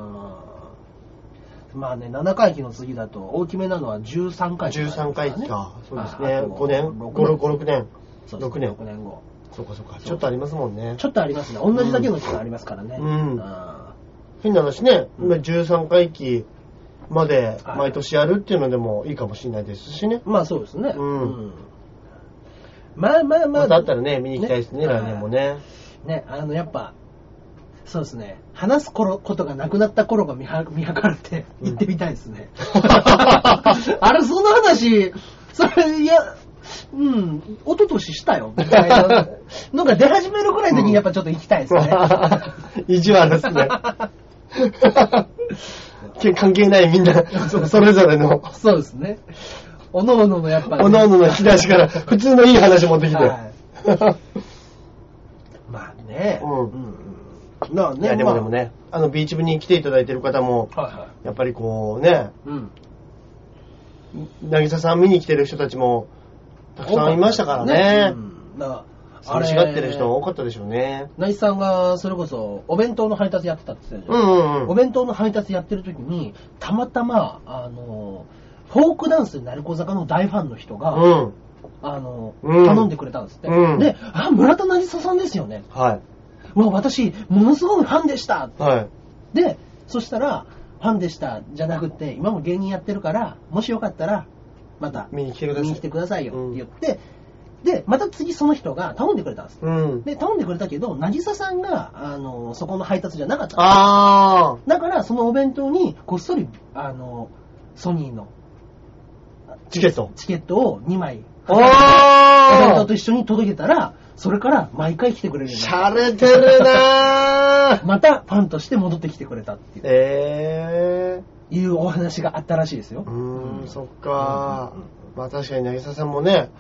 まあね、7回忌の次だと大きめなのは13回忌、 13回忌か。そうですね。5年 ?6 年。6年。 6年後。 そうか。ちょっとありますもんね。 ちょっとありますね。同じだけの期間ありますからね。 変な話ね、13回忌まで毎年やるっていうのでもいいかもしれないですしね。 まあそうですね。まあ。 だったらね、見に行きたいですね、来年もね。 ね、やっぱ、そうですね、話すことがなくなった頃が見計らって行ってみたいですね。あれ、その話、それ、いや、一昨年したよ、みたいなのが出始めるぐらいの時にやっぱちょっと行きたいですね。 意地悪ですね。関係ないみんな、それぞれの。 そうですね。おのおののやっぱり、 おのおのの引き出しから普通のいい話持ってきて。 まあね。 いやでもね、ビーチ部に来ていただいてる方も、やっぱりこうね、渚さん見に来てる人たちもたくさんいましたからね。寂しがってる人多かったでしょうね。 渚さんがそれこそお弁当の配達やってたって言ってたじゃないですか。お弁当の配達やってる時にたまたまフォークダンスで鳴子坂の大ファンの人が、頼んでくれたんですって。で、村田渚さんですよね。私、ものすごいファンでした。で、そしたら、ファンでしたじゃなくて、今も芸人やってるから、もしよかったら、また見に来てくださいよって言って、で、また次その人が頼んでくれたんです。で、頼んでくれたけど、渚さんが、そこの配達じゃなかったんです。だから、そのお弁当に、こっそり、ソニーの、チケットを2枚、お弁当と一緒に届けたら、それから毎回来てくれるようになった。 しゃれてるなぁ。 またファンとして戻ってきてくれたっていう。いうお話があったらしいですよ。 そっか。まあ確かに渚さんもね、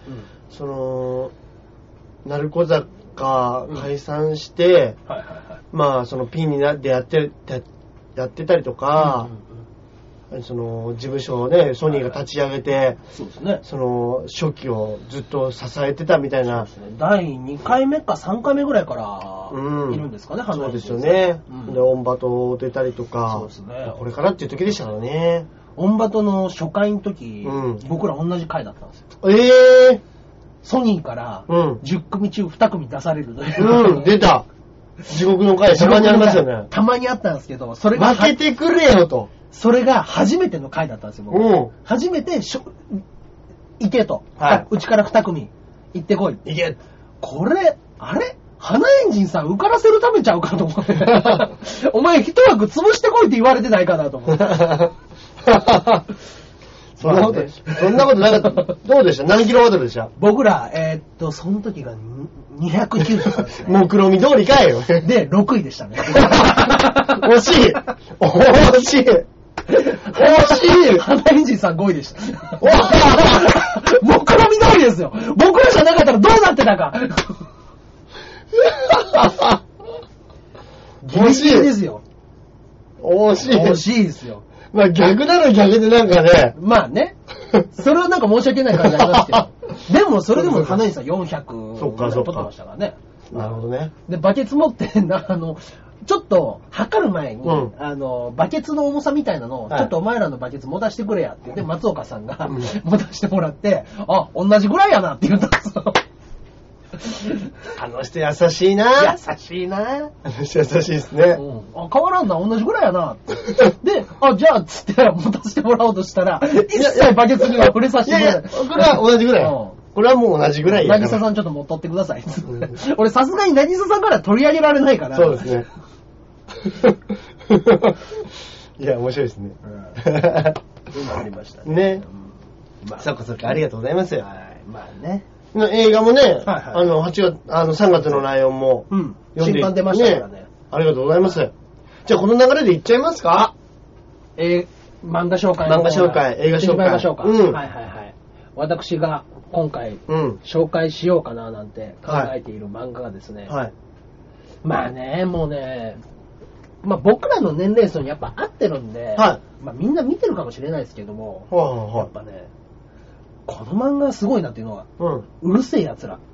鳴子坂解散して、まあそのピンになってやってたりとか、その事務所をね、ソニーが立ち上げて、その初期をずっと支えてたみたいな。 第2回目か3回目ぐらいからいるんですかね、 そうですよね。で、オンバト出たりとか、これからっていう時でしたからね。 オンバトの初回の時、僕ら同じ回だったんですよ。ソニーから10組中2組出されるという。 出た。 地獄の回たまにありますよね。 たまにあったんですけど、それが。 負けてくれよと。 それが初めての回だったんですよ、僕。初めて、行けと。はい。うちから2組、行ってこい。 行け。 これ、あれ花エンジンさん受からせるためちゃうかと思って。お前一枠潰してこいって言われてないかなと思って。 そんなことなかった。どうでした？何キロバトルでした？ 僕ら、その時が290ですね。 もう黒み通りかいよ。 で、6位でしたね。 惜しい。惜しい。 花エンジンさん5位でした。もう黒み通りですよ。僕らじゃなかったらどうなってたか。ギリギリですよ。 惜しい。 惜しいですよ。 まあ逆なら逆でなんかね。 まあね。それはなんか申し訳ない感じありますけど。でもそれでも花井さん400取ってましたからね。 なるほどね。 で、バケツ持ってちょっと測る前に、バケツの重さみたいなのを、ちょっとお前らのバケツ持たしてくれやって言って、松岡さんが持たしてもらって、あ、同じぐらいやなって言ったんですよ。 あの人優しいな。 優しいな。 あの人優しいですね。 あ、変わらんな、同じぐらいやな。で、あ、じゃあ、つって持たせてもらおうとしたら、一切バケツには触れさせてもらえない。 これは同じぐらい。これはもう同じぐらいやから。 なぎささんちょっと持っとってください。俺さすがになぎささんから取り上げられないから。 そうですね。いや、面白いですね。 そうなりましたね。 ね。そっかそっか、ありがとうございますよ。 まあね。 映画もね、3月のライオンも、 新刊出ましたからね。 ありがとうございます。じゃあこの流れでいっちゃいますか？ 漫画紹介。 漫画紹介、映画紹介。 はいはいはい。私が今回、紹介しようかななんて考えている漫画がですね。はい。まあね、もうね、まあ僕らの年齢層にやっぱ合ってるんで、まあみんな見てるかもしれないですけども、やっぱね、この漫画すごいなっていうのは、うるせえ奴ら。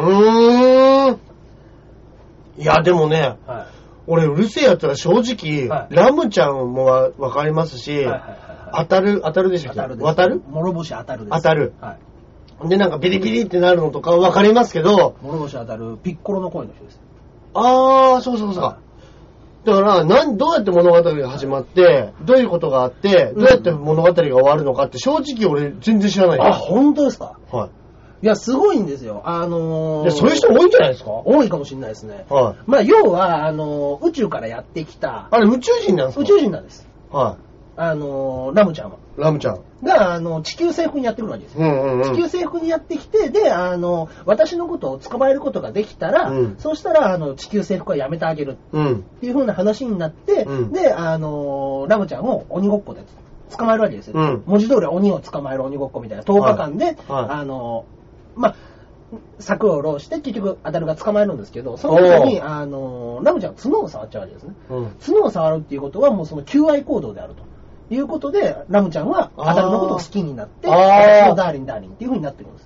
いやでもね、俺うるせえ奴ら正直、ラムちゃんもわかりますし、当たるでしたっけ？渡る？ 諸星当たるです。 当たる。でなんかビリビリってなるのとかわかりますけど、 諸星当たるピッコロの声の人です。 ああ、そうそうそう。だからどうやって物語が始まって、どういうことがあって、どうやって物語が終わるのかって正直俺全然知らない。 あ、本当ですか？ はい。 いや、すごいんですよ。 いや、そういう人多いんじゃないですか？ 多いかもしれないですね。はい。まあ、要は、宇宙からやってきた。 あれ、宇宙人なんですか？ 宇宙人なんです。 はい。 ラムちゃんは。 ラムちゃん。 が、地球征服にやってくるわけですよ。地球征服にやってきて、で、私のことを捕まえることができたら、そうしたら、地球征服はやめてあげる。っていう風な話になって、で、ラムちゃんを鬼ごっこで捕まえるわけですよ。文字通り鬼を捕まえる鬼ごっこみたいな10日間で、まあ、策を浪して結局アタルが捕まえるんですけど、その時に、ラムちゃん角を触っちゃうわけですね。角を触るっていうことはもうその求愛行動であるということで、ラムちゃんはアタルのことを好きになって、私のダーリンダーリンっていう風になってるんです。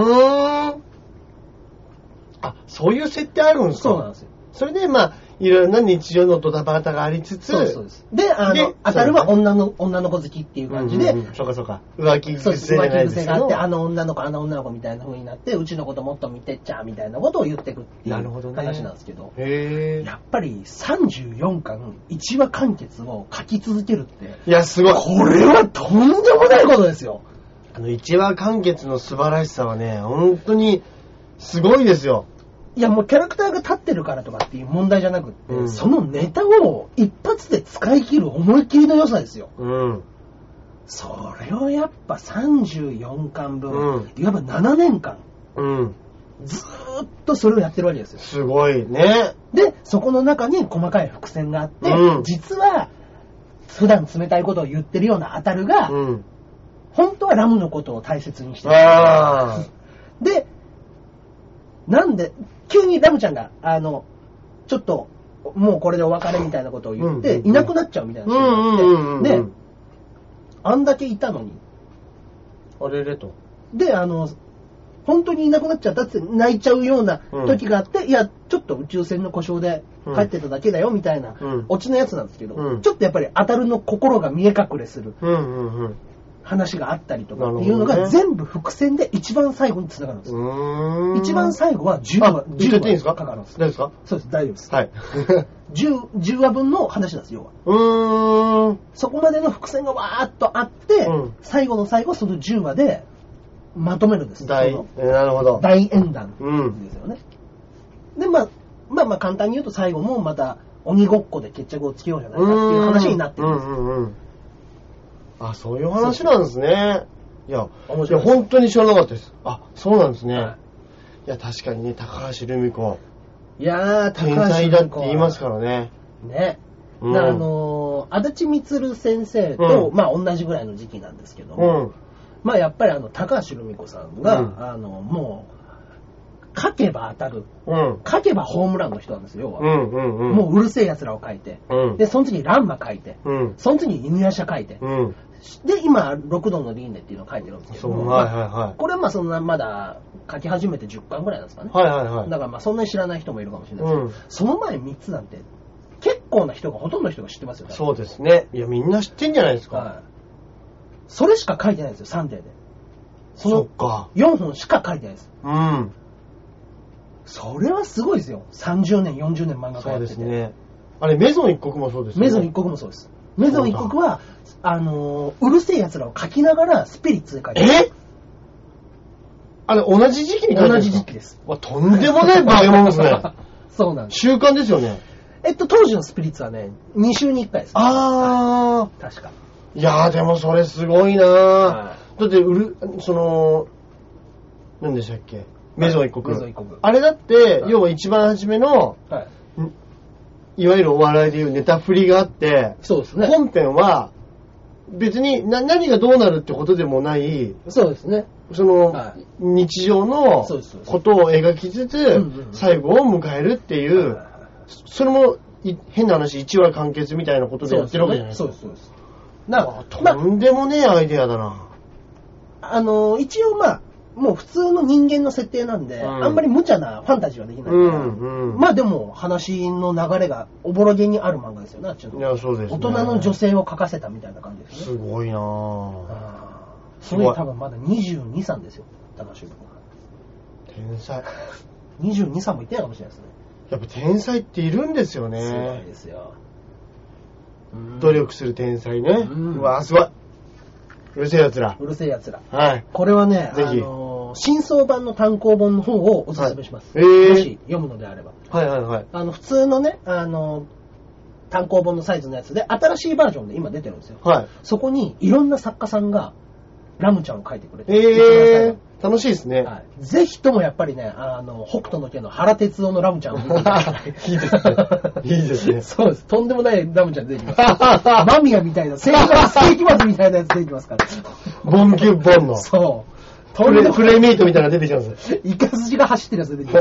あ、そういう設定あるんですか？ そうなんですよ。 それで、まあ、いろいろな日常のドタバタがありつつ、 そうです。で、アタルは女の子好きっていう感じで、 そうかそうか。浮気癖があって、あの女の子みたいな風になって、うちのこともっと見てっちゃみたいなことを言ってくっていう話なんですけど、やっぱり34巻、1話完結を書き続けるって、 いや、すごい。 これはとんでもないことですよ。 1話完結の素晴らしさはね、本当にすごいですよ。 いやもうキャラクターが立ってるからとかっていう問題じゃなくって、そのネタを一発で使い切る思い切りの良さですよ。それをやっぱ34巻分、いわば7年間、ずーっとそれをやってるわけですよ。 すごいね。 で、そこの中に細かい伏線があって、実は普段冷たいことを言ってるようなアタルが、本当はラムのことを大切にしてる。で、なんで、急にラムちゃんが、ちょっと、もうこれでお別れみたいなことを言って、いなくなっちゃうみたいなことがあって、で、あんだけいたのに。 あれれと。 で、本当にいなくなっちゃったって泣いちゃうような時があって、いや、ちょっと宇宙船の故障で帰ってただけだよみたいな、オチのやつなんですけど、ちょっとやっぱりアタルの心が見え隠れする。 話があったりとかっていうのが全部伏線で一番最後に繋がるんですよ。一番最後は10話。 言っていいんですか？ かかるんです。 大丈夫ですか？ そうです、大丈夫です。 はい。 10話分の話なんです、要は。そこまでの伏線がわーっとあって、最後の最後、その10話でまとめるんです。 なるほど。 大演談ですよね。で、まあ簡単に言うと最後もまた鬼ごっこで決着をつけようじゃないかっていう話になってるんですよ。 あ、そういう話なんですね。いや、本当に知らなかったです。あ、そうなんですね。いや、確かにね、高橋留美子。 いやー、 天才だって言いますからね。 ね。足立満先生と、まあ同じぐらいの時期なんですけども、まあやっぱり高橋留美子さんが、もう、書けば当たる。書けばホームランの人なんですよ、要は。もううるせえ奴らを書いて。で、その次にランマ書いて。その次に犬夜叉書いて。で、今、六道の輪廻っていうのを書いてるんですけども、これはまあそんなまだ書き始めて10巻ぐらいなんですかね。だからまあそんなに知らない人もいるかもしれないですけど、その前3つなんて結構な人が、ほとんどの人が知ってますよね。 そうですね。いや、みんな知ってんじゃないですか。 それしか書いてないんですよ、サンデーで。その4本しか書いてないです。それはすごいですよ。30年、40年漫画家やってて。そうですね。 あれ、メゾン一国もそうですね。 メゾン一国もそうです。メゾン一国は、うるせえ奴らを書きながらスピリッツで書いてる。 あれ、同じ時期に書いてるんですか？ 同じ時期です。 とんでもないバケモンですね。 そうなんです。 週刊ですよね。 当時のスピリッツはね、2週に1回です。確か。 いやー、でもそれすごいなー。だって、何でしたっけ？メゾン一国。あれだって、要は一番初めの、いわゆるお笑いでいうネタ振りがあって、 そうですね。 本編は、別に何がどうなるってことでもない、 そうですね。 日常のことを描きつつ、最後を迎えるっていう、それも変な話、1話完結みたいなことでやってるわけじゃないですか。そうです。とんでもねえアイデアだな。 一応まあ、もう普通の人間の設定なんで、あんまり無茶なファンタジーはできないから、まあでも話の流れがおぼろげにある漫画ですよね、あっちの。 いや、そうですね。 大人の女性を描かせたみたいな感じですね。 すごいなぁ。 それ多分まだ22、3ですよ、高橋留美子が。 天才。 22、3もいってないかもしれないですね。 やっぱ天才っているんですよね。 すごいですよ。 努力する天才ね。うわぁ、すごい。うるせえ奴ら。 うるせえ奴ら。 はい。 これはね、 ぜひ。 新装版の単行本の方をおすすめします。もし読むのであれば。普通のね、単行本のサイズのやつで、新しいバージョンで今出てるんですよ。そこにいろんな作家さんがラムちゃんを書いてくれて。 楽しいですね。 ぜひともやっぱりね、北斗の拳の原哲夫のラムちゃんを見てください。 いいですね。いいですね。 そうです。とんでもないラムちゃん出てきます。マミヤみたいな、ステーキマスみたいなやつ出てきますから。 ボンキュッボンの。 そう。 フレーミートみたいなの出てきます。 イカスジが走ってるやつ出てきます。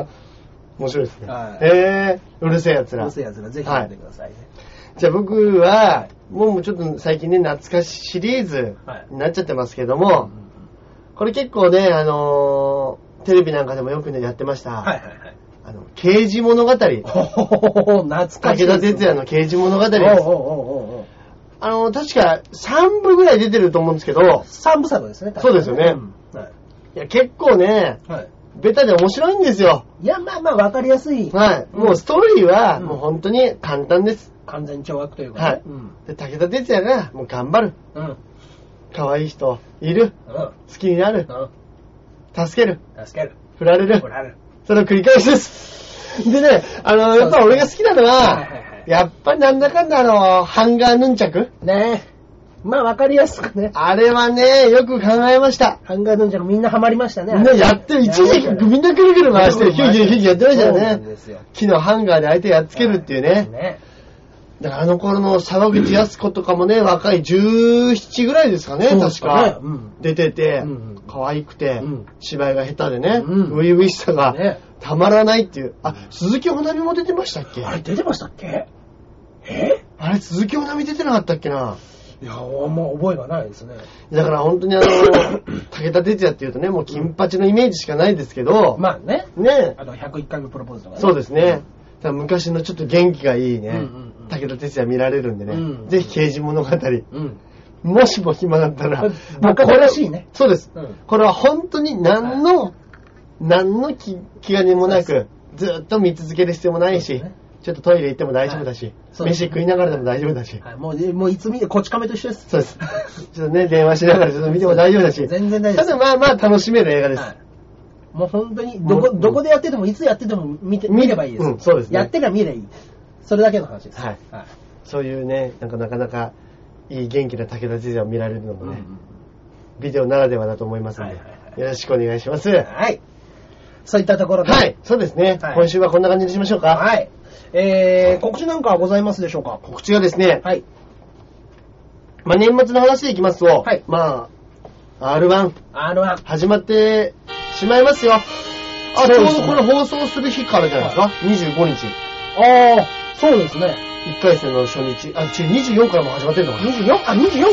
面白いですね。うるせえ奴ら。 うるせえ奴ら、ぜひ読んでくださいね。 じゃあ僕は、もうちょっと最近ね、懐かしシリーズになっちゃってますけども、これ結構ね、テレビなんかでもよくね、やってました。刑事物語。懐かしい。 武田鉄矢の刑事物語です。確か3部ぐらい出てると思うんですけど。 3部作ですね。 そうですよね。いや、結構ね、ベタで面白いんですよ。 いや、まあまあ、わかりやすい。 もうストーリーは、もう本当に簡単です。 完全懲悪というか。 で、武田鉄矢が、もう頑張る。可愛い人、いる。好きになる。助ける。振られる。それを繰り返しです。でね、やっぱ俺が好きなのは、やっぱりなんだかんだハンガーヌンチャクねえ。まあわかりやすくね。 あれはね、よく考えました。 ハンガーヌンチャクみんなハマりましたね。 みんなやってる。一時期みんなくるくる回してる。ヒューヒューヒューやってましたよね。木のハンガーで相手やっつけるっていうね。だからあの頃の沢口靖子とかもね、若い17ぐらいですかね、確か。出てて、可愛くて、芝居が下手でね、初々しさがたまらないっていう。あ、鈴木保奈美も出てましたっけ？ あれ出てましたっけ？ あれ鈴木保奈美出てなかったっけな？ いや、あんま覚えがないですね。 だから本当に武田鉄矢っていうとね、もう金八のイメージしかないですけど。 まあね。 ね。 101回目プロポーズとかね。 そうですね。昔のちょっと元気がいいね、武田鉄矢見られるんでね、ぜひ刑事物語、 もしも暇だったら。 バカらしいね。 そうです。これは本当に何の気兼ねもなく、ずっと見続ける必要もないし、ちょっとトイレ行っても大丈夫だし、飯食いながらでも大丈夫だし。 もういつ見て、こち亀と一緒です。 そうです。ちょっとね、電話しながらちょっと見ても大丈夫だし。 全然大丈夫です。 ただまあ楽しめる映画です。 もう本当に、どこでやってても、いつやってても見ればいいです。 そうですね。 やってから見ればいい。それだけの話です。 はい。そういうね、なかなかいい元気な武田先生を見られるのもね、ビデオならではだと思いますので、よろしくお願いします。 はい。そういったところで。 はい、そうですね。今週はこんな感じにしましょうか。 はい。告知なんかはございますでしょうか？ 告知はですね、 はい。 まあ年末の話でいきますと、 はい。 まあ、R1 始まってしまいますよ。ちょうどこれ放送する日からじゃないですか、25日。 ああ、そうですね。 1回戦の初日。24からも始まってるのかな？ 24から始まってます。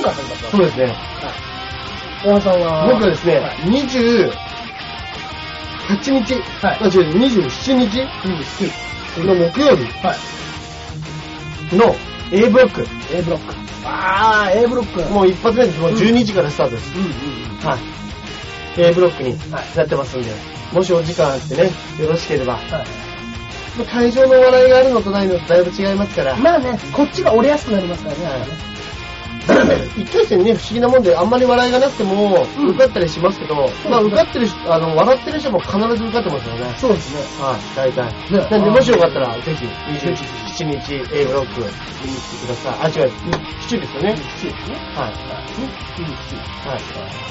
そうですね。はい。 大橋さんは僕はですね、28日、27日の木曜日の A ブロック。 A ブロック。ああ、A ブロック。 もう一発目です。もう12時からスタートです。はい。A ブロックになってますんで、もしお時間あってね、よろしければ。会場の笑いがあるのとないのとだいぶ違いますから。 まあね、こっちが折れやすくなりますからね。 一回戦ね、不思議なもんで、あんまり笑いがなくても、受かったりしますけど、まあ受かってる人、笑ってる人も必ず受かってますよね。 そうですね。 はい、大体。なんで、もしよかったら、ぜひ、27日 A ブロック見に来てください。違う、7ですよね。7ですね。はい。はい。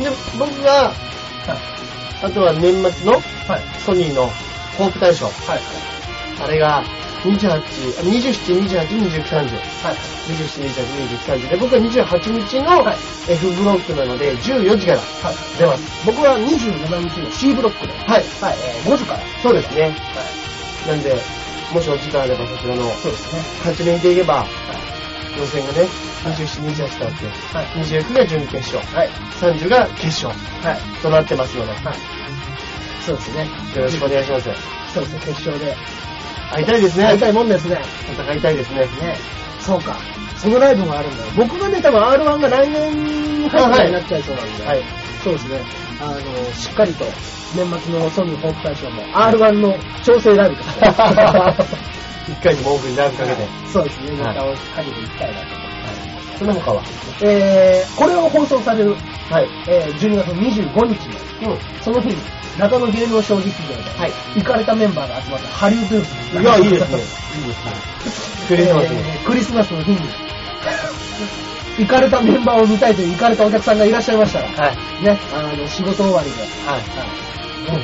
で、僕が、あとは年末の、ソニーのホープ大賞。あれが、27、28、29、30。はい。27、28、29、30。で、僕は28日の F ブロックなので、14時から出ます。 僕は27日の C ブロックで。 はい。 はい。5時から。 そうですね。はい。なんで、もしお時間あればそちらの、そうですね。8人でいけば、予選がね、27、28とあって、29が準決勝。はい。30が決勝。はい。となってますので。はい。 そうですね。 よろしくお願いします。 そうですね、決勝で。 会いたいですね。 会いたいもんですね。 戦いたいですね。 ね。そうか。そのライブもあるんだよ。僕がね、多分 R1 が来年発売になっちゃいそうなんで。はい。そうですね。しっかりと年末のソニーホープ大賞も R1 の調整ライブとか。 一回にも多くにライブかけて。 そうですね。ネタをかけていきたいなと。 その他はこれを放送される、はい。12月25日の、その日に、中野芸能小劇場で、はい。行かれたメンバーが集まったハリウッドですね。 いや、いいですね。いいですね。クリスマスに。 クリスマスの日に、行かれたメンバーを見たいという行かれたお客さんがいらっしゃいましたら、はい。ね、仕事終わりで、はい。 はい。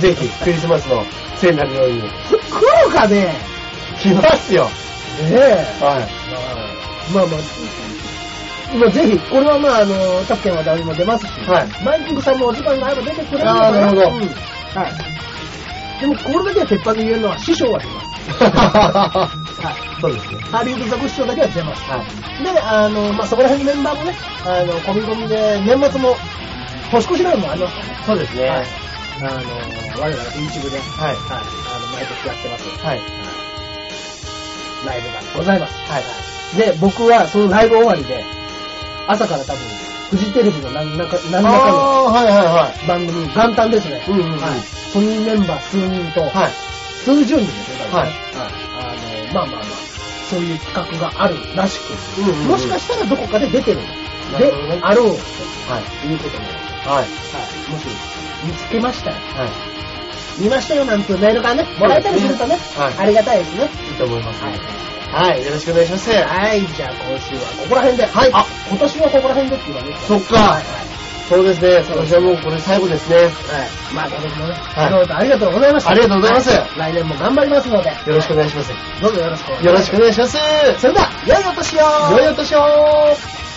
ぜひ、クリスマスの聖なるように。 来るかね？ 来ますよ。 ねえ。はい。まあ、ぜひ、これはまあ、キャプテンは誰も出ますし、はい。バイキングさんもお時間があれば出てくれるのかな。 ああ、なるほど。はい。 でも、これだけは鉄板で言えるのは、師匠は出ます。はい。 そうですね。 ハリウッドザコ師匠だけは出ます。はい。で、まあ、そこら辺のメンバーもね、込み込みで、年末も、年越しライブもありますからね。 そうですね。はい。 我々ビーチ部で、はい。はい。毎年やってます。はい。ライブがございます。はい。で、僕はそのライブ終わりで、朝から多分、フジテレビの何らかの番組、元旦ですね。はい。ソニーメンバー数人と、はい。数十人で出たんですね。はい。まあ、そういう企画があるらしく、もしかしたらどこかで出てるであろうと、はい。いうことで、はい。はい。もし、見つけましたら、はい。見ましたよなんてメールがね、もらえたりするとね、ありがたいですね。 いいと思います。はい。はい、よろしくお願いします。 はい、じゃあ今週はここら辺で。はい。あ、今年はここら辺でって言われて。 そっか。そうですね。今年はもうこれ最後ですね。はい。 まあ、今年もね、ありがとうございました。 ありがとうございます。 来年も頑張りますので。 よろしくお願いします。 どうぞよろしくお願いします。 よろしくお願いします。 それでは、良いお年を。 良いお年を。